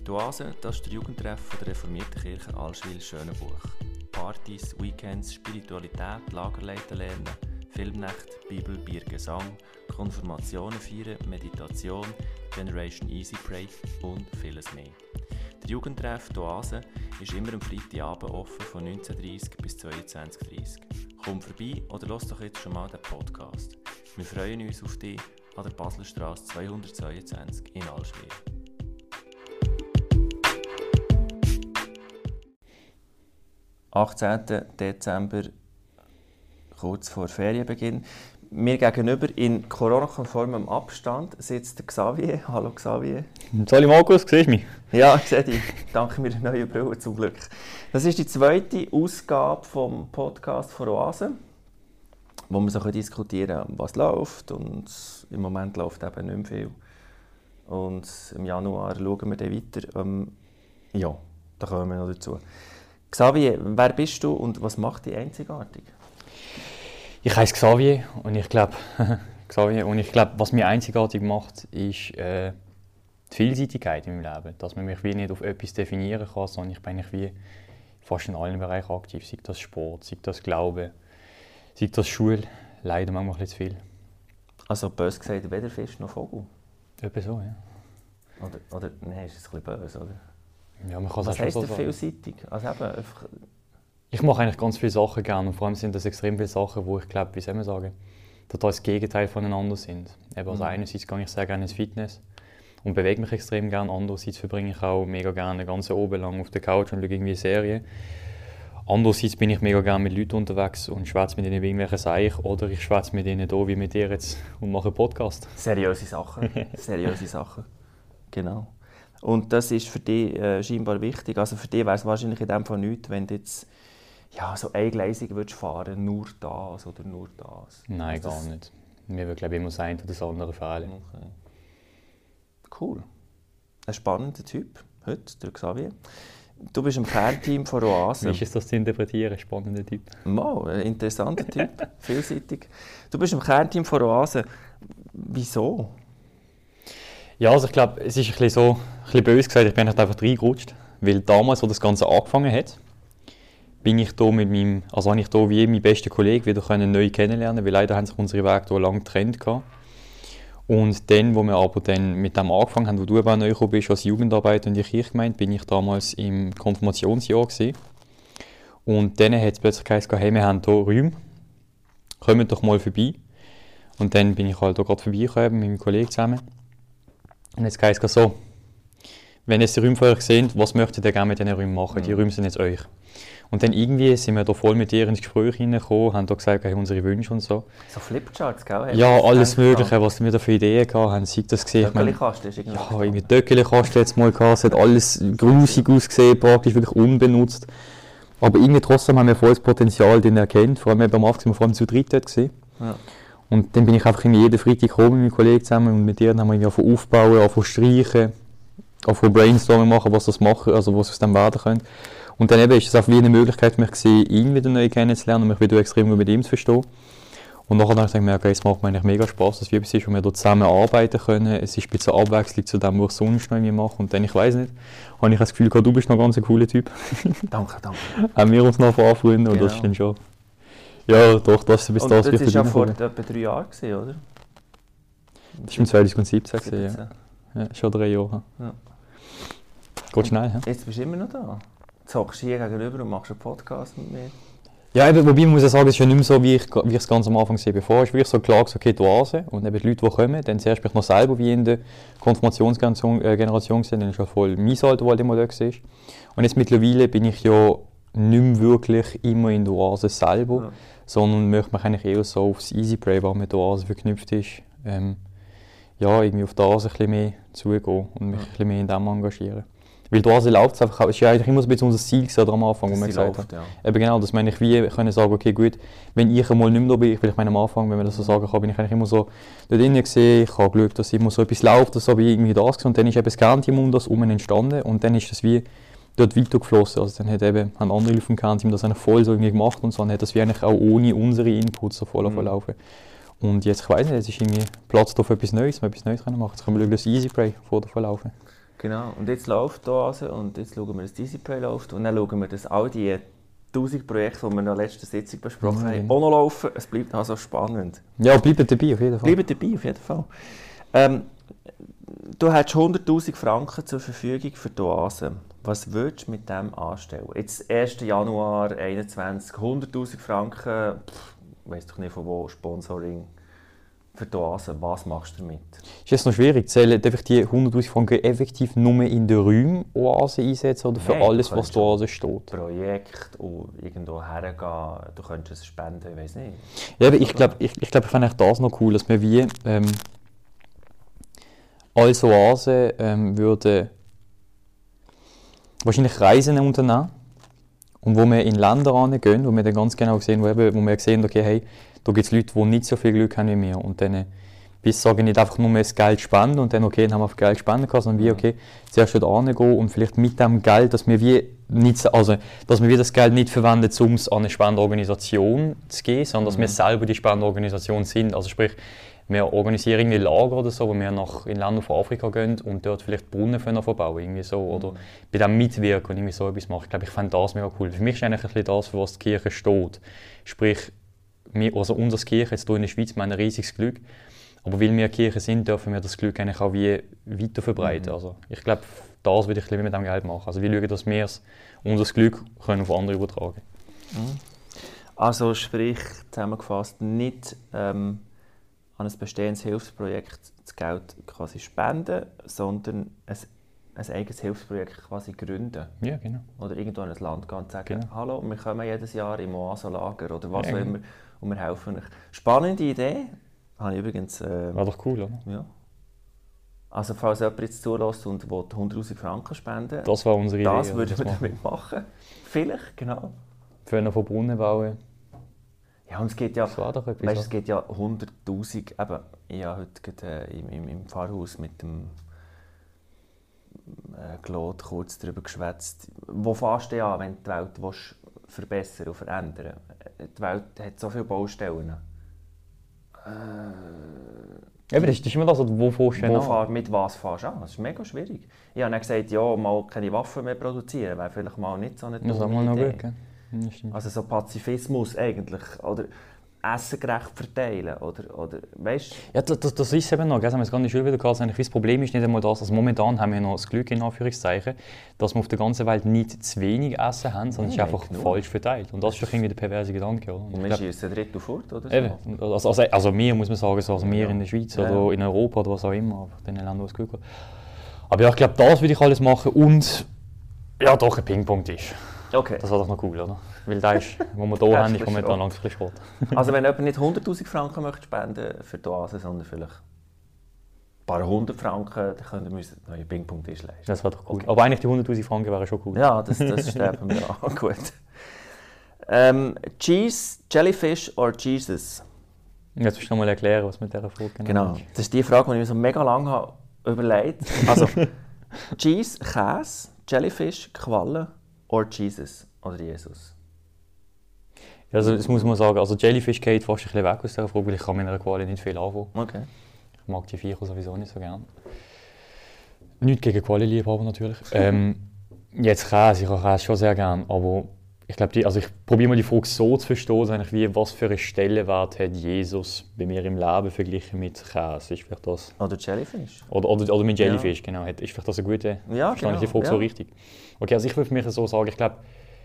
Die Oase, das ist der Jugendtreff der reformierten Kirche Allschwil-Schönenbuch. Partys, Weekends, Spiritualität, Lagerleiten lernen, Filmnacht, Bibel, Bier, Gesang, Konfirmationen feiern, Meditation, Generation Easy Pray und vieles mehr. Der Jugendtreff die Oase ist immer am Freitagabend offen von 19:30 bis 22:30. Komm vorbei oder lass doch jetzt schon mal den Podcast. Wir freuen uns auf dich an der Baslerstrasse 222 in Allschwil. Am 18. Dezember, kurz vor Ferienbeginn. Mir gegenüber in Corona-konformem Abstand sitzt der Xavier. Hallo Xavier. Sali Markus, siehst du mich? Ja, ich sehe dich. Danke mir der neuen Brille zum Glück. Das ist die zweite Ausgabe vom Podcast von Oase, wo wir so diskutieren können, was läuft. Und im Moment läuft eben nicht mehr viel. Und im Januar schauen wir dann weiter. Ja, da kommen wir noch dazu. Xavier, wer bist du und was macht dich einzigartig? Ich heiße Xavier und ich glaube, was mich einzigartig macht, ist die Vielseitigkeit in meinem Leben. Dass man mich wie nicht auf etwas definieren kann, sondern ich bin eigentlich wie fast in allen Bereichen aktiv. Sei das Sport, sei das Glauben, sei das Schule. Leider manchmal ein bisschen zu viel. Also böse gesagt, weder Fisch noch Vogel? Etwa so, ja. Oder nein, ist das ein bisschen böse, oder? Ja, man kann was heisst so denn vielseitig? Also eben, einfach... Ich mache eigentlich ganz viele Sachen gerne und vor allem sind das extrem viele Sachen, wo ich glaube, wie soll man sagen, total das Gegenteil voneinander sind. Eben, also einerseits gehe ich sehr gerne ins Fitness und bewege mich extrem gerne, andererseits verbringe ich auch mega gerne den ganzen Abend lang auf der Couch und schaue irgendwie eine Serie. Andererseits bin ich mega gerne mit Leuten unterwegs und schwätze mit ihnen über irgendwelche Seich oder ich schwätze mit ihnen hier wie mit dir jetzt und mache einen Podcast. Seriöse Sachen, seriöse Sachen, genau. Und das ist für dich scheinbar wichtig. Also für dich wäre es wahrscheinlich in dem Fall nichts, wenn du jetzt so eingleisig würdest fahren, nur das oder nur das. Nein, gar nicht. Mir würde glaube ich immer das eine oder das andere fehlen. Okay. Cool. Ein spannender Typ heute, der Xavier. Du bist im Kernteam von Oase. Wie ist es das zu interpretieren, spannender Typ? Wow, ein interessanter Typ, vielseitig. Du bist im Kernteam von Oase. Wieso? Ja, also ich glaube, es ist ein bisschen böse gesagt, ich bin einfach reingerutscht, weil damals, als das Ganze angefangen hat, bin ich hier mit meinem, also habe ich hier wie meinen besten Kollegen wieder neu kennenlernen, weil leider haben sich unsere Wege hier lange getrennt gehabt. Und dann, wo wir aber dann mit dem angefangen haben, wo du eben neu gekommen bist als Jugendarbeiter in die Kirchgemeinde, bin ich damals im Konfirmationsjahr gewesen. Und dann hat es plötzlich gesagt, hey, wir haben hier Räume, kommt doch mal vorbei. Und dann bin ich halt hier gerade vorbeigekommen mit meinem Kollegen zusammen. Und jetzt heisst es so, wenn ihr die Räume von euch seht, was möchtet ihr gerne mit diesen Räumen machen? Die Räume sind jetzt euch. Und dann irgendwie sind wir da voll mit dir ins Gespräch hineingekommen, haben da gesagt, hey, unsere Wünsche und so. So Flipcharts, gell? Ja, alles Mögliche, was wir da für Ideen hatten, sei das gesehen. Döckeli-Kasten ist irgendwie... Ja, irgendwie Döckeli-Kasten jetzt mal gehabt, es hat alles grusig ausgesehen, praktisch wirklich unbenutzt. Aber irgendwie trotzdem haben wir volles Potenzial drin erkannt, vor allem am Anfang sind wir vor allem zu dritt dort gewesen. Ja. Und dann bin ich einfach jeden Freitag gekommen mit meinem Kollegen zusammen und mit dir haben wir irgendwie aufbauen, anfangen streichen, anfangen Brainstorming machen, was das machen, also was aus dem werden könnte. Und dann eben ist es auch wie eine Möglichkeit für mich gewesen, ihn wieder neu kennenzulernen und mich wieder extrem gut mit ihm zu verstehen. Und nachher habe ich gedacht, okay, es macht mir eigentlich mega Spass, dass wir etwas ist, wo wir hier zusammen arbeiten können. Es ist ein bisschen Abwechslung zu dem, was ich sonst noch mache. Und dann, ich weiss nicht, habe ich das Gefühl gehabt, du bist noch ganz ein cooler Typ. Danke. Haben wir uns noch anfreunden und das ist dann schon... Ja, doch, das ist bis das richtig. Das war ja vor etwa 3 Jahren, oder? Das war 2017, ja. Ja. Schon 3 Jahre. Ja. Geht schnell, ja? Jetzt bist du immer noch da. Jetzt hockst du hier gegenüber und machst einen Podcast mit mir. Ja, eben, wobei muss ich sagen, es ist ja nicht mehr so, wie ich es ganz am Anfang gesehen habe. Bevor ist wirklich so klar gesagt, okay, die Oase und eben die Leute, die kommen, dann zuerst bin ich noch selber wie in der Konfirmationsgeneration gesehen, dann ist ja voll mein Alter, weil immer da war. Und jetzt mittlerweile bin ich ja nicht mehr wirklich immer in der Oase selber, sondern möchte mich eigentlich eher so aufs Easy Pray, was mit der Oase verknüpft ist, irgendwie auf die Oase ein bisschen mehr zugehen und mich ein bisschen mehr in dem engagieren. Weil die Oase läuft es einfach, es ist ja eigentlich immer so ein bisschen unser Ziel am Anfang, wo wir gesagt haben. Ja. Eben genau, dass wir eigentlich wie können sagen, okay gut, wenn ich einmal nicht mehr da bin, vielleicht am Anfang, wenn man das so sagen kann, bin ich eigentlich immer so dort drinnen gesehen, ich habe geschaut, dass immer so etwas läuft, das habe ich irgendwie das gesehen und dann ist eben das Kernteam um das herum entstanden und dann ist das wie dort weitergeflossen. Also dann haben andere Leute vom Kernteam das eigentlich voll so irgendwie gemacht und so, und hat das wie eigentlich auch ohne unsere Inputs so voll verlaufen. Und jetzt, ich weiss nicht, jetzt ist irgendwie Platz da für etwas Neues, wir etwas Neues machen können. Jetzt können wir schauen, dass Easy Pray vor der verlaufen. Genau, und jetzt läuft die Oase und jetzt schauen wir, dass DCPray läuft und dann schauen wir, dass all die 1000 Projekte, die wir in der letzten Sitzung besprochen haben, auch noch laufen. Es bleibt also spannend. Ja, bleibt dabei auf jeden Fall. Bleibt dabei, auf jeden Fall. Du hast 100'000 Franken zur Verfügung für die Oase. Was würdest du mit dem anstellen? Jetzt 1. Januar 2021, 100'000 Franken, ich weiss doch nicht von wo, Sponsoring für die Oase. Was machst du damit? Ist jetzt noch schwierig, zählen darf ich die 100'000 Franken effektiv nur in der Räume Oase einsetzen oder für Nein, alles, was da Oase steht? Projekt und irgendwo hergehen, du könntest es spenden, ich weiß nicht. Ja, aber ich glaube, ich fände das noch cool, dass wir wie als Oase würden wahrscheinlich Reisen unternehmen und wo wir in Länder gehen, wo wir dann ganz genau sehen, wo wir sehen, okay, hey, da gibt es Leute, die nicht so viel Glück haben wie wir und dann bis sagen nicht einfach nur das Geld spenden und dann okay, dann haben wir auf Geld spenden können, sondern wie okay, zuerst dort hingehen und vielleicht mit dem Geld, dass wir wie nicht, also dass wir wie das Geld nicht verwenden, um es an eine Spendenorganisation zu geben, sondern dass wir selber die Spendenorganisation sind. Also sprich, wir organisieren irgendwie Lager oder so, wo wir in Länder von Afrika gehen und dort vielleicht Brunnen verbauen irgendwie so, oder bei dem mitwirken und irgendwie so etwas machen. Ich glaube, ich fände das mega cool. Für mich ist eigentlich ein bisschen das, für was die Kirche steht. Sprich, unsere Kirche jetzt hier in der Schweiz, wir haben ein riesiges Glück, aber weil wir Kirche sind, dürfen wir das Glück eigentlich auch wie weiter verbreiten. Also ich glaube, das würde ich mit dem Geld machen. Also wir schauen, dass wir unser Glück können auf andere übertragen können. Also sprich, zusammengefasst, nicht an ein bestehendes Hilfsprojekt das Geld quasi spenden, sondern ein eigenes Hilfsprojekt quasi gründen. Ja, genau. Oder irgendwo in ein Land gehen und sagen, genau. Hallo, wir kommen jedes Jahr im Oase-Lager oder was auch genau. immer und wir helfen euch. Spannende Idee. Habe ich übrigens... War doch cool, oder? Ja. Also falls jemand jetzt zulässt und will 100'000 Franken spenden, das war unsere Idee. Das würden wir damit machen. Vielleicht, genau. Für einen von Brunnen bauen. Ja, und es geht ja, etwas, weißt, es geht ja 100'000, eben, ich habe heute gerade, im Pfarrhaus mit dem Claude kurz darüber geschwätzt. Wo fährst du an, wenn du die Welt verbessern und verändern willst? Die Welt hat so viele Baustellen. Eben, das ist immer das, wo fährst du an? Mit was fährst du an? Das ist mega schwierig. Ich habe dann gesagt, ja, mal keine Waffen mehr produzieren, wäre vielleicht mal nicht so eine dumme Idee. Gut, ja, also so Pazifismus eigentlich, oder Essen gerecht verteilen, oder weißt? Ja, das ist eben noch, das haben wir gar nicht schon wieder gesagt. Das Problem ist nicht einmal das, also momentan haben wir noch das Glück, in Anführungszeichen, dass wir auf der ganzen Welt nicht zu wenig Essen haben, sondern es ist einfach falsch verteilt. Und das ist doch irgendwie der perverse Gedanke, oder? Und wir schießen ein Drittel fort, oder so? Eben. Also wir, muss man sagen, also wir in der Schweiz oder in Europa oder was auch immer, einfach in den Ländern, wo es Glück hat. Aber ja, ich glaube, das würde ich alles machen und ja, doch ein Ping-Pong-Tisch. Okay. Das war doch noch cool, oder? Weil der ist, wo wir hier haben, ist momentan langsam ein bisschen Schrott. Also wenn jemand nicht 100'000 Franken möchte spenden für die Oase, sondern vielleicht ein paar 100 Franken, dann können wir uns einen Ping-Pong-Tisch leisten. Das wäre doch cool. Okay. Aber eigentlich die 100'000 Franken wären schon cool. Ja, das sterben wir an. Gut. Cheese, Jellyfish or Jesus? Jetzt musst du noch mal erklären, was mit dieser Frage genau ist. Das ist die Frage, die ich mir so mega lange habe überlegt habe. Also, Cheese, Käse, Jellyfish, Quallen oder Jesus oder Jesus? Also das muss man sagen, also Jellyfish geht fast ein bisschen weg aus dieser Frage, weil ich kann mit einer Qualle nicht viel anfangen. Okay. Ich mag die Viecher sowieso nicht so gerne. Nichts gegen Quallenliebhaber natürlich. Jetzt Käse, ich habe Käse schon sehr gerne, aber ich glaube, ich probiere mal die Frage so zu verstehen, eigentlich wie, was für einen Stellenwert hat Jesus bei mir im Leben verglichen mit Käse? Ist vielleicht das? Oder Jellyfish. Oder mit Jellyfish, genau. Ist vielleicht das eine gute... Ja, verstehe ich die Frage so richtig? Okay, also ich würde für mich so sagen, ich glaube...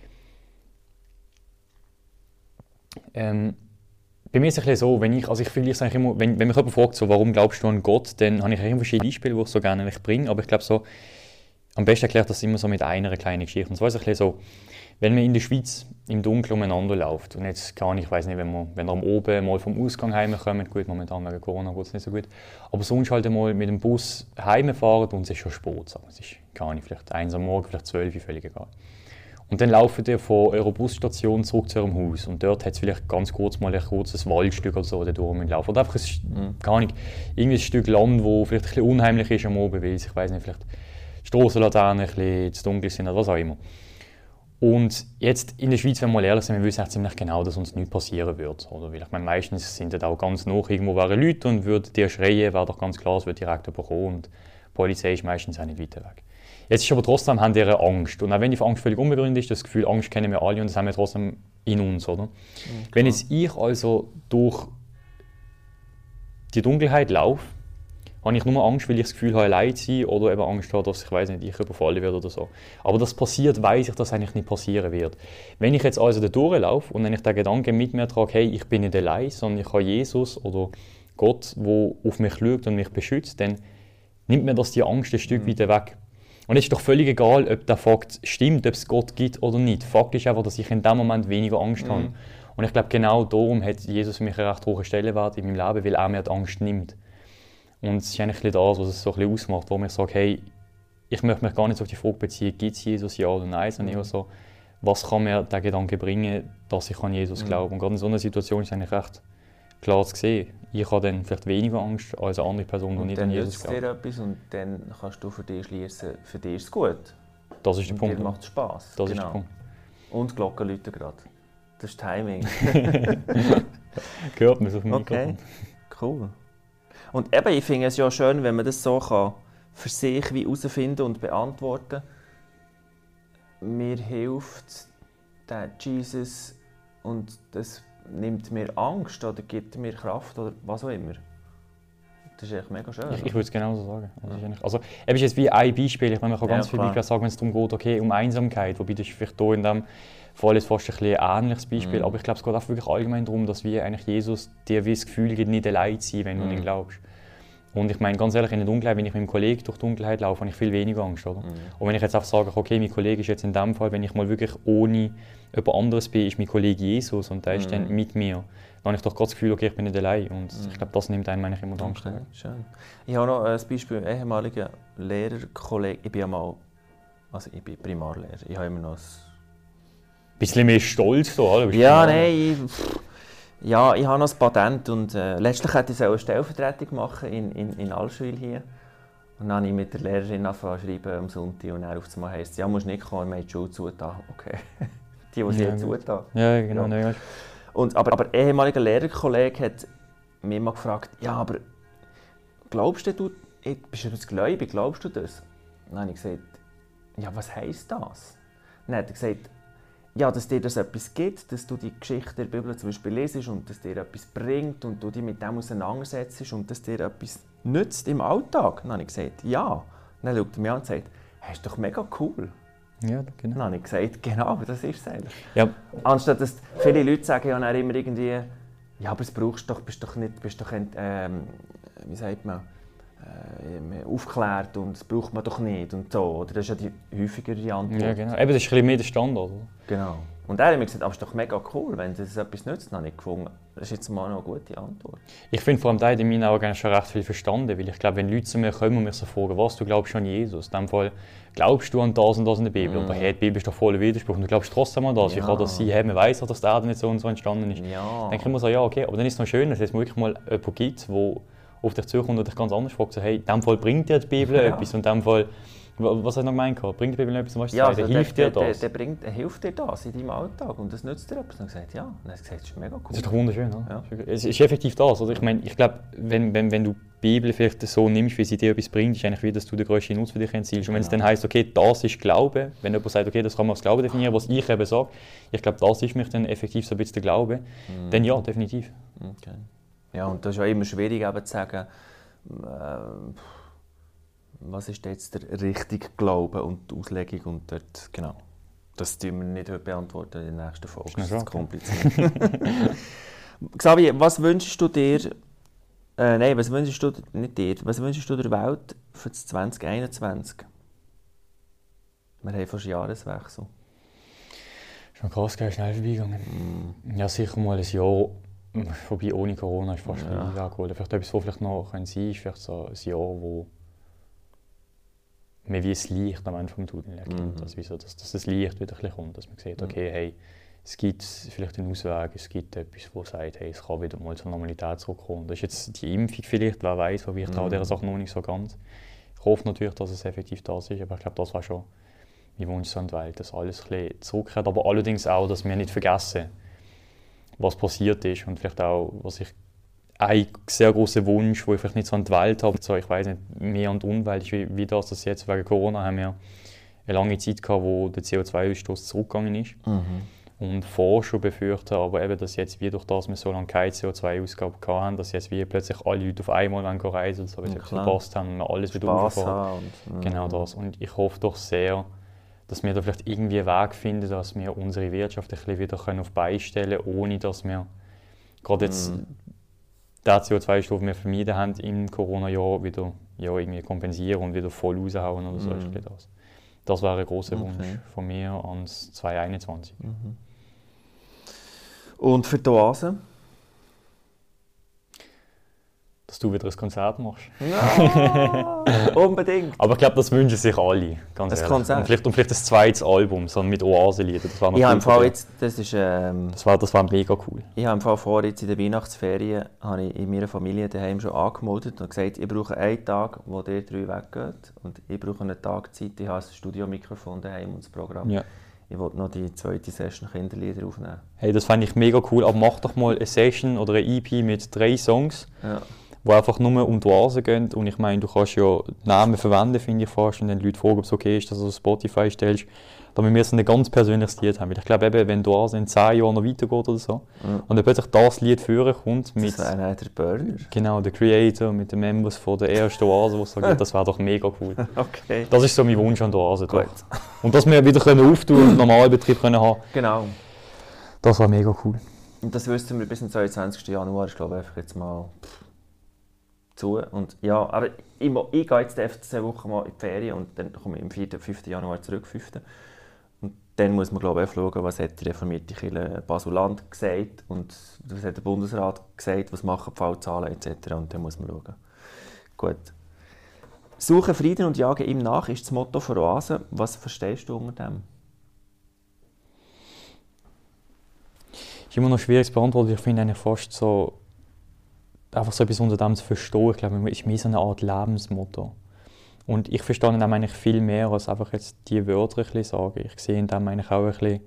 bei mir ist es ein bisschen so, ich vergleiche es eigentlich immer, wenn mich jemand fragt, so, warum glaubst du an Gott, dann habe ich immer verschiedene Beispiele, die ich so gerne bringe, aber ich glaube so, am besten erklärt das immer so mit einer kleinen Geschichte. Und zwar ist es ein bisschen so, wenn man in der Schweiz im Dunkeln umeinander läuft und jetzt kann ich weiß nicht, wenn wir am Oben mal vom Ausgang heimkommen, gut, momentan wegen Corona geht es nicht so gut, aber sonst halt mal mit dem Bus heimfahren und es ist schon spät, so. Es ist, kann ich, vielleicht 1 am Morgen, vielleicht 12, völlig egal. Und dann laufen ihr von eurer Busstation zurück zu eurem Haus und dort hat es vielleicht ganz kurz mal ein kurzes Waldstück oder so, da laufen. Oder einfach ein Stück Land, wo vielleicht ein bisschen unheimlich ist am Oben, weil ich weiß nicht, vielleicht Strassenlaternen ein bisschen zu dunkel sind oder was auch immer. Und jetzt in der Schweiz, wenn wir mal ehrlich sind, wir wissen echt ziemlich genau, dass uns nichts passieren wird. Oder? Weil ich meine, meistens sind dort auch ganz nah irgendwo Leute und würden dir schreien, wäre doch ganz klar, es wird direkt jemand kommen und Polizei ist meistens auch nicht weiter weg. Jetzt ist aber trotzdem, haben die eine Angst. Und auch wenn die Angst völlig unbegründet ist, das Gefühl, Angst kennen wir alle und das haben wir trotzdem in uns, oder? Wenn jetzt ich also durch die Dunkelheit laufe, habe ich nur Angst, weil ich das Gefühl habe, allein zu sein oder eben Angst habe, dass ich überfallen werde oder so. Aber das passiert, weiss ich, dass eigentlich nicht passieren wird. Wenn ich jetzt also da durchlaufe und wenn ich den Gedanken mit mir trage, hey, ich bin nicht allein, sondern ich habe Jesus oder Gott, der auf mich schaut und mich beschützt, dann nimmt mir das die Angst ein Stück weit weg. Und es ist doch völlig egal, ob der Fakt stimmt, ob es Gott gibt oder nicht. Fakt ist einfach, dass ich in dem Moment weniger Angst habe. Und ich glaube, genau darum hat Jesus für mich einen recht hohen Stellenwert in meinem Leben, weil er mir die Angst nimmt. Und es ist eigentlich das, was es so ein bisschen ausmacht, wo ich sage, hey, ich möchte mich gar nicht so auf die Frage beziehen, gibt es Jesus, ja oder nein, sondern eher so, was kann mir der Gedanke bringen, dass ich an Jesus glaube. Und gerade in so einer Situation ist es eigentlich recht klar zu sehen. Ich habe dann vielleicht weniger Angst als eine andere Person, die nicht an Jesus glaubt. Und dann nützt dir etwas und dann kannst du für dich schließen, für dich ist es gut. Das ist der Punkt. Dir macht es Spass. Das ist der Punkt. Und die Glocken läuten gerade. Das ist Timing. Gehört mir so auf dem Okay, Mikrofon. cool. Und eben, ich finde es ja schön, wenn man das so kann für sich wie herausfinden und beantworten. Mir hilft der Jesus und das nimmt mir Angst oder gibt mir Kraft oder was auch immer. Das ist echt mega schön. Ich würde es genauso sagen. Also, es ist jetzt wie ein Beispiel. Ich meine, man kann ganz viele Beispiele sagen, wenn es darum geht, okay, um Einsamkeit. Wobei das ist vielleicht hier in diesem Fall jetzt fast ein bisschen ein ähnliches Beispiel. Aber ich glaube, es geht auch wirklich allgemein darum, dass wir eigentlich Jesus dir wie das Gefühl gibt, nicht allein zu sein, wenn du nicht glaubst. Und ich meine, ganz ehrlich, in der Dunkelheit, wenn ich mit meinem Kollegen durch die Dunkelheit laufe, habe ich viel weniger Angst. Oder? Und wenn ich jetzt einfach sage, okay, mein Kollege ist jetzt in dem Fall, wenn ich mal wirklich ohne jemand anderes bin, ist mein Kollege Jesus und der ist dann mit mir. Dann habe ich doch gerade das Gefühl, okay, ich bin nicht allein. Und ich glaube, das nimmt einem eigentlich immer die Angst. Okay, schön. Ich habe noch ein Beispiel, ein ehemaliger Lehrerkollege. Ich bin Primarlehrer. Ich habe immer noch ein bisschen mehr Stolz da, oder? Ja, nein. Ich habe noch ein Patent und letztlich hätte ich eine Stellvertretung machen in Allschwil hier. Und dann habe ich mit der Lehrerin angefangen am Sonntag und dann auf einmal heisst es, ja, musst nicht kommen, wir haben die Schule zugetan. Okay. Die sie ja, zugetan. Ja, genau. Ja. Ja. Aber ein ehemaliger Lehrerkollege hat mich mal gefragt, ja, aber glaubst du, bist du jetzt gläubig, glaubst du das? Dann habe ich gesagt, ja, was heisst das? Dann hat er gesagt, ja, dass dir das etwas gibt, dass du die Geschichte der Bibel zum Beispiel lesest und dass dir etwas bringt und du dich mit dem auseinandersetzt und dass dir etwas nützt im Alltag. Dann habe ich gesagt, ja. Dann schaut er mich an und sagt, das ist doch mega cool. Ja, genau. Dann habe ich gesagt, genau, das ist es eigentlich. Ja. Anstatt dass viele Leute sagen ja dann immer irgendwie, ja, aber es brauchst doch, bist doch wie sagt man, aufgeklärt und das braucht man doch nicht und so. Oder das ist ja die häufigere Antwort. Ja, genau. Eben, das ist ein bisschen mehr der Standard. Oder? Genau. Und er hat mir gesagt, aber es ist doch mega cool, wenn das etwas nützt. Dann habe ich gefunden, das ist jetzt mal noch eine gute Antwort. Ich finde vor allem, da hat in meinen Augen schon recht viel verstanden, weil ich glaube, wenn Leute zu mir kommen und mich so fragen, was, du glaubst an Jesus, in dem Fall glaubst du an das und das in der Bibel, aber hey, die Bibel ist doch voller Widerspruch und du glaubst trotzdem an das. Ja. Wie kann das sein? Hey, man weiss, dass die Erde nicht so und so entstanden ist. Ja. Dann denke ich immer so, ja, okay, aber dann ist es noch schön, dass es wirklich mal jemanden gibt, der auf dich zukommt und dich ganz anders fragt, so, hey, in dem Fall bringt dir die Bibel etwas und in dem Fall, was hast du noch gemeint? Bringt die Bibel etwas? Was ja, also hilft dir das? Hilft dir das in deinem Alltag und das nützt dir etwas. Und gesagt, ja. Und dann hat gesagt, das ist mega cool. Das ist doch wunderschön, oder? Ja. Es ist effektiv das. Oder? Ich meine, ich glaube, wenn du die Bibel vielleicht so nimmst, wie sie dir etwas bringt, ist eigentlich wie, dass du den grössten Nutzen für dich erzielst. Und wenn es dann heisst, okay, das ist Glaube, wenn jemand sagt, okay, das kann man als Glaube definieren, was ich eben sage, ich glaube, das ist mich dann effektiv so ein bisschen der Glaube, dann ja, definitiv. Okay. Ja, und das ist ja immer schwierig eben zu sagen, was ist jetzt der richtige Glaube und die Auslegung und dort, genau. Das tun wir nicht heute beantworten in der nächsten Folge. Das ist kompliziert. Xavi, was wünschst du dir, was wünschst du nicht dir, was wünschst du der Welt für das 2021? Wir haben fast Jahreswechsel. Schon krass, schnell vorbeigegangen. Ja, sicher mal ein Jahr. Wobei ohne Corona ist fast nicht angeholt. Vielleicht etwas, was vielleicht noch sein könnte, ist vielleicht so ein Jahr, wo man wie ein Licht am Ende des Tunnels erkennt. Also dass das Licht wieder ein bisschen kommt, dass man sieht, okay, hey, es gibt vielleicht einen Ausweg, es gibt etwas, das sagt, hey, es kann wieder mal zur Normalität zurückkommen. Das ist jetzt die Impfung vielleicht, wer weiß, wo ich traue dieser Sache noch nicht so ganz. Ich hoffe natürlich, dass es effektiv das ist, aber ich glaube, das war schon mein Wunsch an die Welt, dass alles ein bisschen zurückkehrt, aber allerdings auch, dass wir nicht vergessen, was passiert ist und vielleicht auch, was ich ein sehr großer Wunsch, den ich vielleicht nicht so an die Welt habe. So, ich weiß nicht, mehr an die Umwelt ist wie das, dass jetzt wegen Corona haben wir eine lange Zeit gehabt, wo der CO2-Ausstoß zurückgegangen ist. Und Forscher befürchten aber eben, dass jetzt wie durch das wir so lange keine CO2-Ausgabe hatten, dass jetzt wie plötzlich alle Leute auf einmal reisen wollen, weil sie verpasst haben und wir alles wieder rauffahren. Genau das. Und ich hoffe doch sehr, dass wir da vielleicht irgendwie einen Weg finden, dass wir unsere Wirtschaft ein bisschen wieder auf die Beine stellen können, ohne dass wir gerade jetzt den CO2-Ausstoß, den wir vermieden haben im Corona-Jahr, wieder irgendwie kompensieren und wieder voll raushauen oder so. Das wäre ein grosser Wunsch von mir ans 2021. Und für die Oase? Dass du wieder ein Konzert machst. Ja, unbedingt. Aber ich glaube, das wünschen sich alle, ganz ehrlich. Konzert. Und vielleicht ein zweites Album, so mit Oasenliedern. Das wäre noch cool. Im Fall jetzt, das war mega cool. Ich habe im Fall vor, jetzt in der Weihnachtsferien, habe ich in meiner Familie daheim schon angemeldet und gesagt, ich brauche einen Tag, wo ihr 3 weggeht. Und ich brauche einen Tag Zeit, ich habe ein Studiomikrofon daheim und das Programm. Ja. Ich wollte noch die zweite Session Kinderlieder aufnehmen. Hey, das fände ich mega cool, aber mach doch mal eine Session oder eine EP mit 3 Songs. Ja. Die einfach nur um die Oase gehen. Und ich meine, du kannst ja Namen verwenden, finde ich fast, und dann die Leute fragen, ob es okay ist, dass du auf Spotify stellst, damit wir so ein ganz persönliches Lied haben. Weil ich glaube, eben, wenn die Oase in 10 Jahren noch weitergeht oder so, und dann plötzlich das Lied führen kommt mit... Das wäre der Burner. Genau, der Creator mit den Members von der ersten Oase, die es so gibt, das wäre doch mega cool. Okay. Das ist so mein Wunsch an der Oase. Doch. Und dass wir wieder auftun und einen Normalbetrieb haben können. Genau. Das war mega cool. Und das wüssten wir bis zum 22. Januar, ich glaube einfach jetzt mal... zu. Und ja, aber ich gehe jetzt einfach 2 Wochen mal in die Ferien und dann komme ich am 4. 5. Januar zurück. 5. Und dann muss man, glaube ich, schauen, was hat die reformierte Kirche Basel-Land gesagt und was hat der Bundesrat gesagt, was machen die Fallzahlen etc. Und dann muss man schauen. Gut. Suchen Frieden und jagen ihm nach ist das Motto von Oase. Was verstehst du unter dem? Ist immer noch schwierig zu beantworten. Ich finde eigentlich fast so... einfach so etwas unter dem zu verstehen, ich glaube, es ist mehr so eine Art Lebensmotto. Und ich verstehe in dem eigentlich viel mehr, als einfach jetzt die Wörter ein bisschen sagen. Ich sehe in dem eigentlich auch ein bisschen...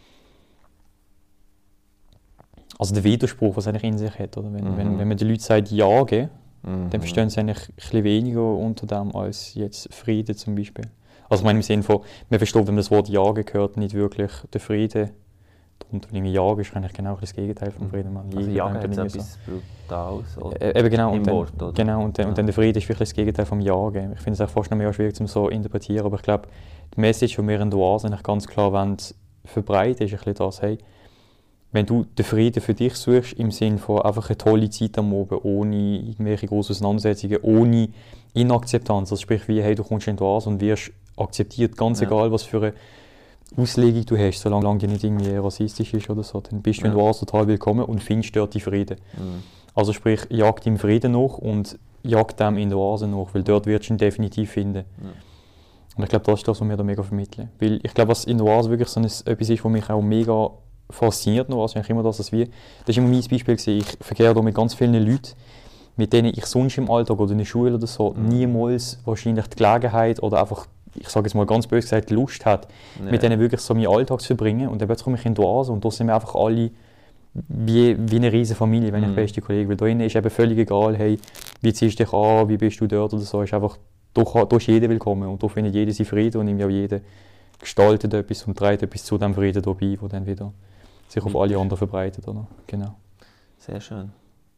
also den Widerspruch, was es eigentlich in sich hat. Oder? Wenn man den Leuten sagt, jagen, dann verstehen sie eigentlich ein bisschen weniger unter dem als jetzt Frieden zum Beispiel. Also ich meine im Sinne von, man versteht, wenn man das Wort jagen hört, nicht wirklich den Frieden. Und Jagen ist eigentlich genau das Gegenteil vom Frieden. Also Jagen hat etwas Brutales, eben genau, im Wort, oder? Genau, und dann der Frieden ist wirklich das Gegenteil vom Jagen. Ich finde es auch fast noch mehr schwierig zu so interpretieren, aber ich glaube, die Message, die wir in der Oase eigentlich ganz klar verbreiten, ist ein bisschen das, hey, wenn du den Frieden für dich suchst, im Sinne von einfach eine tolle Zeit am Abend, ohne irgendwelche grossen Auseinandersetzungen, ohne Inakzeptanz, also sprich wie, hey, du kommst in die Oase und wirst akzeptiert, ganz egal, was für eine Auslegung du hast, solange die nicht irgendwie rassistisch ist oder so, dann bist du in der Oase total willkommen und findest dort die Frieden. Also sprich, jag dem Frieden nach und jag dem in der Oase nach, weil dort wirst du ihn definitiv finden. Und ich glaube, das ist das, was wir da mega vermitteln. Weil ich glaube, was in der Oase wirklich so etwas ist, was mich auch mega fasziniert, noch, also immer das war immer mein Beispiel gewesen. Ich verkehre da mit ganz vielen Leuten, mit denen ich sonst im Alltag oder in der Schule oder so niemals wahrscheinlich die Gelegenheit oder einfach, ich sage jetzt mal ganz böse gesagt, Lust hat, mit denen wirklich so meinen Alltag zu verbringen. Und dann komme ich in die Oase und da sind wir einfach alle wie eine riesige Familie, wenn ich beste Kollege. Weil da innen ist eben völlig egal, hey, wie ziehst du dich an, wie bist du dort oder so. Ist einfach, da ist jeder willkommen und da findet jeder seinen Frieden und auch jeder gestaltet etwas und trägt etwas zu diesem Frieden dabei, der dann wieder sich auf alle anderen verbreitet. Oder? Genau. Sehr schön.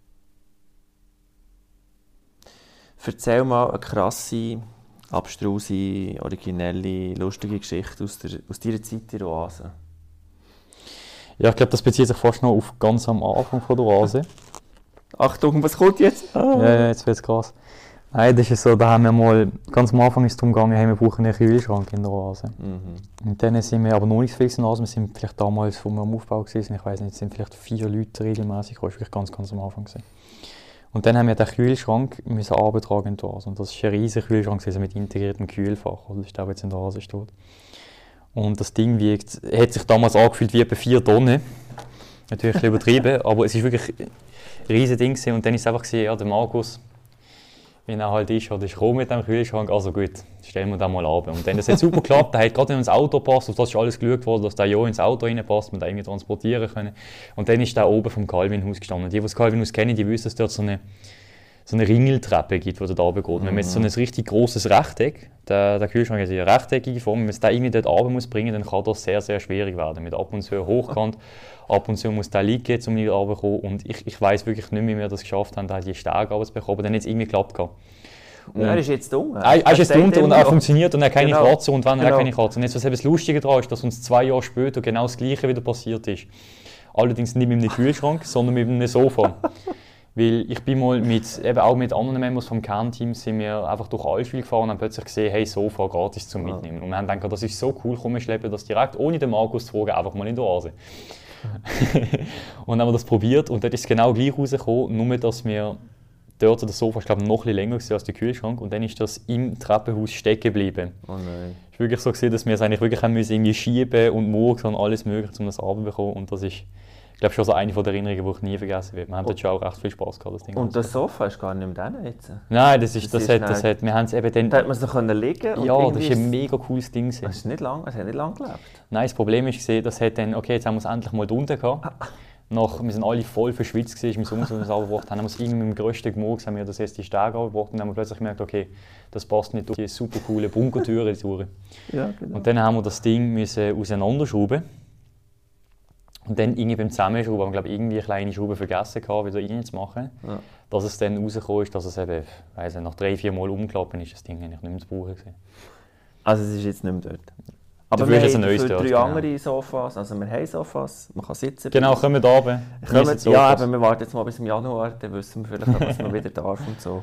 Erzähl mal eine krasse, abstruse, originelle, lustige Geschichte aus deiner Zeit in der Oase. Ja, ich glaube, das bezieht sich fast noch auf ganz am Anfang von der Oase. Achtung, was kommt jetzt? Ja, jetzt wird es krass. Nein, das ist so, da haben wir mal, ganz am Anfang ist es darum gegangen, wir brauchen einen Kühlschrank in der Oase. Und dann sind wir aber noch nicht so viel in der Oase, wir sind vielleicht damals, wo wir am Aufbau waren, ich weiß nicht, sind vielleicht 4 Leute regelmäßig, das war wirklich ganz am Anfang gewesen. Und dann haben wir den Kühlschrank abtragen in der Oase. Und das ist ein riesiger Kühlschrank also mit integriertem Kühlfach, das ist der, der jetzt in der Oase steht. Und das Ding hat sich damals angefühlt wie etwa 4 Tonnen. Natürlich ein bisschen übertrieben, aber es war wirklich ein riesiges Ding. Und dann war es einfach, ja, der Markus, wie er halt ist, oder ist gekommen mit dem Kühlschrank, also gut, stellen wir den mal ab. Und dann, das hat super geklappt, der hat gerade ins Auto gepasst, auf das ist alles geschaut worden, dass der ja ins Auto reinpasst, wir den irgendwie transportieren können. Und dann ist der oben vom Calvin-Haus gestanden. Die das Calvin-Haus kennen, die wissen, dass es dort so eine Ringeltreppe gibt, die dort runtergeht. Wenn man jetzt so ein richtig grosses Rechteck, der Kühlschrank hat eine rechteckige Form, wenn man es da irgendwie dort runter muss bringen, dann kann das sehr, sehr schwierig werden. Mit ab und zu hochkant, ab und zu muss der liegen, um wieder runterzukommen. Und ich weiss wirklich nicht mehr, wie wir das geschafft haben, da die Stege runterzubekommen, aber dann hat es irgendwie geklappt. Und er ist jetzt unten. Er ist jetzt unten und er funktioniert und er hat keine Genau. Kratzer und wenn er Genau. keine Kratzer. Und jetzt, was eben das Lustige daran ist, dass uns 2 Jahre später genau das Gleiche wieder passiert ist. Allerdings nicht mit einem Kühlschrank, sondern mit einem Sofa. Weil ich bin mal auch mit anderen Members vom Kernteam sind wir einfach durch Allschwil gefahren und haben plötzlich gesehen, hey, Sofa gratis zum Mitnehmen. Und wir haben gedacht, das ist so cool, komm, wir schleppen das direkt, ohne den Markus zu fragen, einfach mal in die Oase. Und dann haben wir das probiert und dort ist es genau gleich rausgekommen, nur dass wir dort das Sofa, ich glaube, noch ein bisschen länger als der Kühlschrank und dann ist das im Treppenhaus stecken geblieben. Oh nein. Es war wirklich so, dass wir es eigentlich wirklich haben müssen, irgendwie schieben und morgen und alles mögliche, um das runterzubekommen. Und das ist, ich glaube, schon so eine der Erinnerungen, die ich nie vergessen werde. Wir haben dort schon auch recht viel Spass gehabt, das Ding. Und das Sofa ist gar nicht mehr drin jetzt? Nein, wir haben es eben dann... Da hat man es noch liegen und ja, das irgendwie ist ein mega cooles Ding. Es hat nicht lange gelebt. Nein, das Problem war, dass hat dann, okay, jetzt haben wir es endlich mal unten gehabt. Wir sind alle voll verschwitzt, im Sommer, als wir es runtergebracht haben. Haben wir es irgendwie mit dem grössten Gemurks, haben wir das jetzt die Stege runtergebracht und dann haben wir plötzlich gemerkt, okay, das passt nicht durch die super coole Bunkertüre durch. Ja, genau. Und dann haben wir das Ding müssen auseinanderschrauben. Und dann irgendwie beim Zusammenschrauben haben wir, glaube ich, irgendwie eine kleine Schraube vergessen gehabt, wieder reinzumachen. Ja. Dass es dann rausgekommen ist, dass es eben, weiss nicht, nach 3-4 Mal umklappen ist das Ding eigentlich nicht mehr zu brauchen gewesen. Also es ist jetzt nicht mehr dort. Aber Dafür wir ist es haben ein neues dafür dort, 3 genau. andere Sofas, also wir haben Sofas, man kann sitzen. Genau, kommen wir runter. Ja, aber wir warten jetzt mal bis im Januar, dann wissen wir vielleicht, was man wieder darf und so.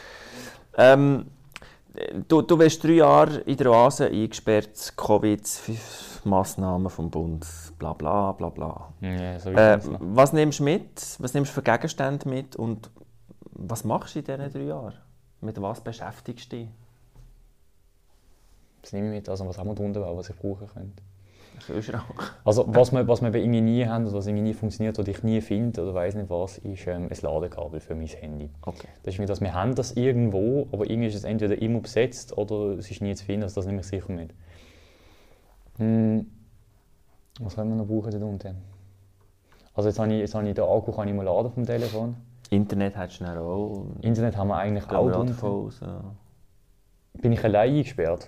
Du wirst 3 Jahre in der Oase eingesperrt, Covid-Massnahmen vom Bund, bla bla bla bla. Ja, so ist es noch. Was nimmst du mit? Was nimmst du für Gegenstände mit? Und was machst du in diesen 3 Jahren? Mit was beschäftigst du dich? Das nehme ich mit, also was haben wir drunter, was ich brauchen könnte. Kühlschrank. Also was wir irgendwie nie haben oder was irgendwie nie funktioniert oder ich nie finde oder weiss nicht was, ist ein Ladekabel für mein Handy. Okay. Das ist wie das, wir haben das irgendwo, aber irgendwie ist es entweder immer besetzt oder es ist nie zu finden, also das nehme ich sicher mit. Was können wir noch brauchen dort unten? Also jetzt habe ich den Akku kann ich mal laden vom Telefon. Internet hättest du dann auch. Internet haben wir eigentlich auch drunter. Voll, so. Bin ich allein eingesperrt?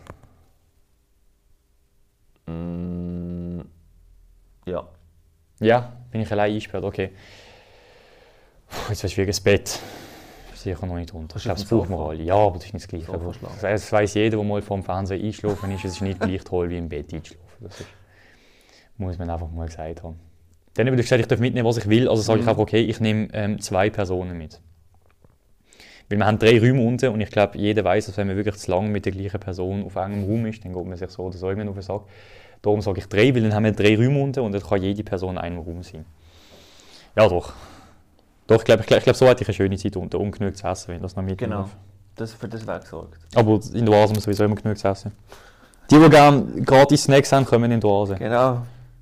Ja. Ja, bin ich allein eingesperrt, okay. Jetzt weißt du, wegen das Bett. Sicher noch nicht drunter. Ich glaube, das brauchen wir alle. Ja, aber das ist nicht das Gleiche. Das weiss jeder, der mal vor dem Fernseher eingeschlafen ist, es ist nicht gleich toll wie im Bett eingeschlafen. Das ist, muss man einfach mal gesagt haben. Dann habe ich gesagt, ich darf mitnehmen, was ich will. Also sage ich einfach, okay, ich nehme 2 Personen mit. Weil wir haben 3 Räume unten und ich glaube, jeder weiss, dass wenn man wirklich zu lange mit der gleichen Person auf einem Raum ist, dann geht man sich so oder so immer auf den Sack. Darum sage ich 3, weil dann haben wir 3 Räume unten und dann kann jede Person in einem Raum sein. Ja, doch. Doch, ich glaube, so hätte ich eine schöne Zeit unten, um genug zu essen, wenn das noch mitnehmen Genau. darf. Für das wäre gesorgt. Aber in der Oase haben wir sowieso immer genug zu essen. Die gerne gratis Snacks haben, kommen in die Oase. Genau.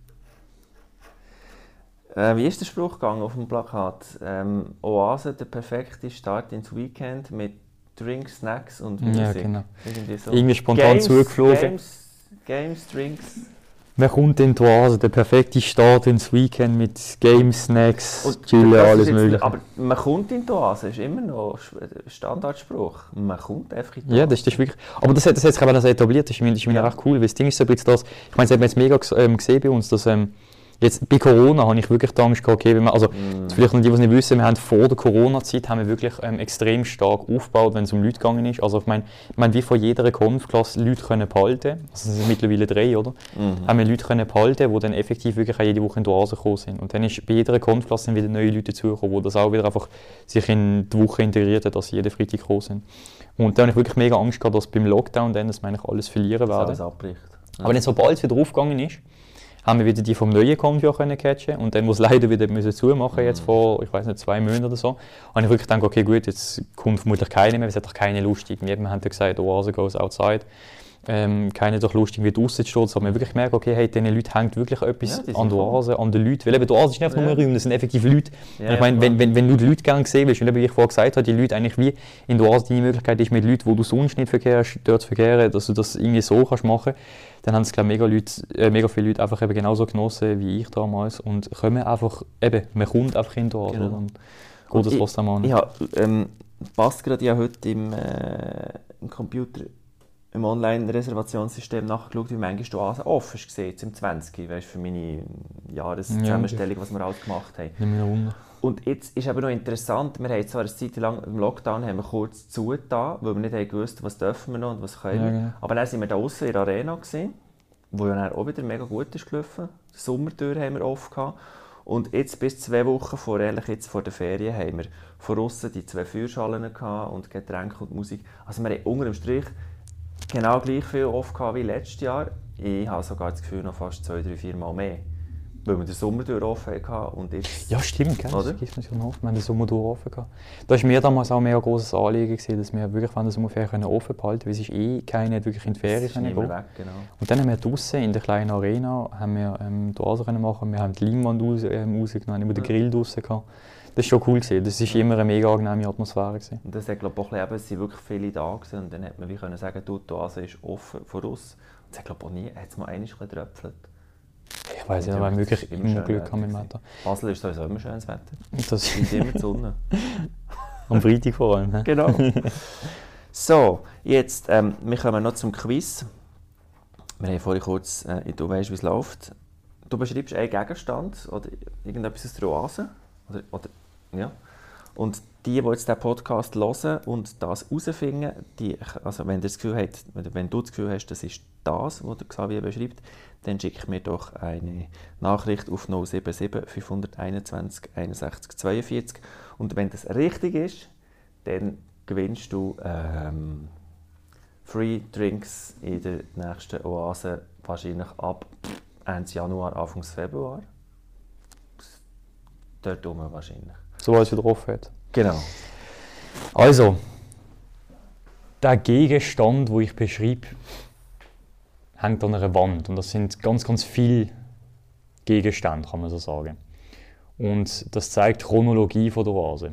Wie ist der Spruch gegangen auf dem Plakat? Oase, der perfekte Start ins Weekend mit Drinks, Snacks und Musik. Ja, genau. Irgendwie, so. Irgendwie spontan zugeflogen. Games, Drinks. Man kommt in die Oase, der perfekte Start ins Weekend mit Games, Snacks, Und Chillen, das ist alles jetzt- mögliche. Aber man kommt in die Oase, ist immer noch Standardspruch. Man kommt einfach in die Ja, Oase. das ist wirklich. Aber das hat sich eben das etabliert, das ist mir recht cool. Weil das Ding ist so ein bisschen das, ich meine, das hat man jetzt mega gesehen bei uns, dass jetzt bei Corona habe ich wirklich die Angst gehabt, okay, wenn man, also vielleicht noch die, die es nicht wissen, wir haben vor der Corona-Zeit haben wir wirklich extrem stark aufgebaut, wenn es um Leute gegangen ist. Also ich meine wie von jeder Konfklasse Leute können behalten, also es sind mittlerweile 3, oder? Haben wir Leute können behalten, die dann effektiv wirklich auch jede Woche in die Oase gekommen sind. Und dann ist bei jeder Konfklasse sind wieder neue Leute dazugekommen, die das auch wieder einfach sich in die Woche integriert haben, dass sie jeden Freitag gekommen sind. Und da habe ich wirklich mega Angst gehabt, dass beim Lockdown dann, dass wir eigentlich alles verlieren werden. Alles abbricht. Aber dann, sobald es wieder aufgegangen ist, haben wir wieder die vom neuen Konfi können catchen und dann, wo es leider wieder müssen zumachen jetzt vor, ich weiß nicht, 2 Monaten oder so, habe ich wirklich gedacht, okay gut, jetzt kommt vermutlich keiner mehr, es hat doch keine Lust. Wir haben ja gesagt, Oase goes outside. Keiner doch lustig, wie draussen steht, sondern man wirklich gemerkt, okay, hey, diesen Leuten hängt wirklich etwas Ja, an der Oase, an den Leuten. Weil eben die Oase ist nicht nur ein Raum, das sind effektiv Leute. Ja, ich meine, wenn du die Leute gerne sehen willst, wie ich vorher gesagt habe, die Leute eigentlich wie in der Oase, deine Möglichkeit ist, mit Leuten, die du sonst nicht verkehrst, dort zu verkehren, dass du das irgendwie so kannst machen, dann haben es, glaube ich, mega viele Leute einfach eben genauso genossen wie ich damals und kommen einfach, eben, man kommt einfach in die Oase. Genau. Und geht das trotzdem an. Ja, passt gerade, ich habe heute im Computer im Online-Reservationssystem nachgeschaut, wie manchmal die Oase offen ist, jetzt im 20. Weißt, für meine Jahreszusammenstellung, was wir alles gemacht haben. Und jetzt ist aber noch interessant, wir haben zwar eine Zeit lang im Lockdown haben wir kurz zugetan, weil wir nicht haben gewusst, was dürfen wir noch und was können wir. Genau. Aber dann sind wir da draussen in der Arena gewesen, wo ja dann auch wieder mega gut ist gelaufen. Die Sommertür haben wir offen gehabt. Und jetzt bis 2 Wochen vor der Ferien haben wir von außen die 2 Feuerschalen gehabt und Getränke und Musik. Also wir haben unter dem Strich genau gleich viel offen gehabt wie letztes Jahr. Ich habe sogar das Gefühl, noch fast 2, 3, 4 Mal mehr. Weil wir den Sommer durch offen hatten und jetzt... Ja, stimmt, gell? Oder? Das gibt es noch. Wir haben den Sommer durch offen gehabt. Da war mir damals auch mehr ein grosses Anliegen, dass wir wirklich den Sommerferien offen behalten können, weil es ist keiner wirklich in die Ferien gehen. Weg, genau. Und dann haben wir draussen in der kleinen Arena haben wir die Oase machen. Wir haben die Leinwand rausgenommen, haben den Grill draussen gehabt. Das war schon cool. Das war immer eine mega angenehme Atmosphäre. Und das hat, glaube ich, auch ein bisschen, es waren wirklich viele da gewesen, und dann hat man wie können sagen, die Oase ist offen von uns. Und es hat, glaube ich, auch nie, hat es mal einmal getröpfelt. Ich weiss nicht, aber wir wirklich immer Glück haben mit dem Wetter. Basel ist sowieso immer schönes Wetter. Das Es scheint immer die Sonne. Am Freitag vor allem. He? Genau. So, jetzt, wir kommen noch zum Quiz. Wir haben vorhin kurz, du weißt, wie es läuft. Du beschreibst einen Gegenstand oder irgendetwas aus der Oase. Oder, ja. Und die jetzt diesen Podcast hören und das herausfinden, also wenn du das Gefühl hast, das ist das, was der Xavier beschreibt, dann schick mir doch eine Nachricht auf 077 521 61 42. Und wenn das richtig ist, dann gewinnst du Free Drinks in der nächsten Oase, wahrscheinlich ab Ende Januar, Anfang Februar. Dort rum wahrscheinlich. So als wieder offen hat. Genau. Also, der Gegenstand, den ich beschreibe, hängt an einer Wand. Und das sind ganz, ganz viele Gegenstände, kann man so sagen. Und das zeigt die Chronologie von der Oase.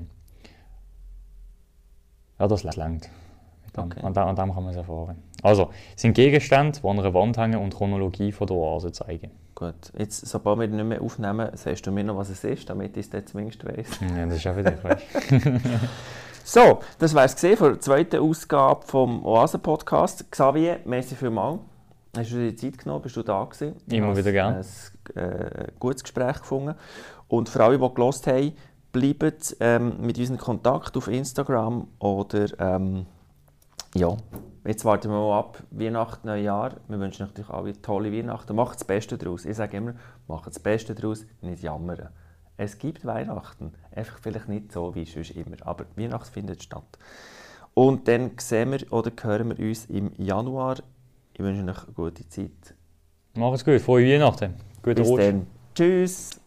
Ja, das reicht. Okay. An dem kann man es erfahren. Also, es sind Gegenstände, die an einer Wand hängen und die Chronologie von der Oase zeigen. Gut. Jetzt, sobald wir nicht mehr aufnehmen, sagst du mir noch, was es ist, damit ich es dann zumindest weiss. Ja, das ist auch wieder recht. So, das war es für die zweite Ausgabe vom Oasen-Podcast. Xavier, merci vielmals. Hast du dir die Zeit genommen? Bist du da gewesen? Immer wieder gerne. Ein gutes Gespräch gefunden. Und für alle, die gehört haben, bleibt mit uns in Kontakt auf Instagram oder ja, jetzt warten wir mal ab, Weihnachten, Neujahr. Wir wünschen euch natürlich alle tolle Weihnachten. Macht das Beste daraus. Ich sage immer, macht das Beste daraus, nicht jammern. Es gibt Weihnachten, einfach vielleicht nicht so wie sonst immer, aber Weihnachten findet statt. Und dann sehen wir oder hören wir uns im Januar. Ich wünsche euch eine gute Zeit. Macht's gut, frohe Weihnachten. Guten Bis Rutsch. dann. Tschüss.